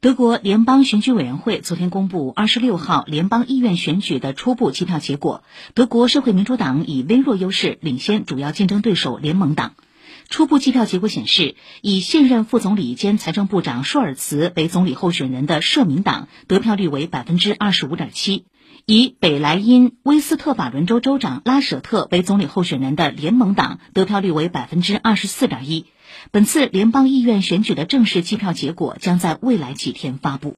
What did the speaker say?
德国联邦选举委员会昨天公布26号联邦议院选举的初步计票结果，德国社会民主党以微弱优势领先主要竞争对手联盟党。初步计票结果显示，以现任副总理兼财政部长舒尔茨为总理候选人的社民党得票率为 25.7%， 以北莱茵威斯特法伦州州长拉舍特为总理候选人的联盟党得票率为 24.1%。本次联邦议院选举的正式计票结果将在未来几天发布。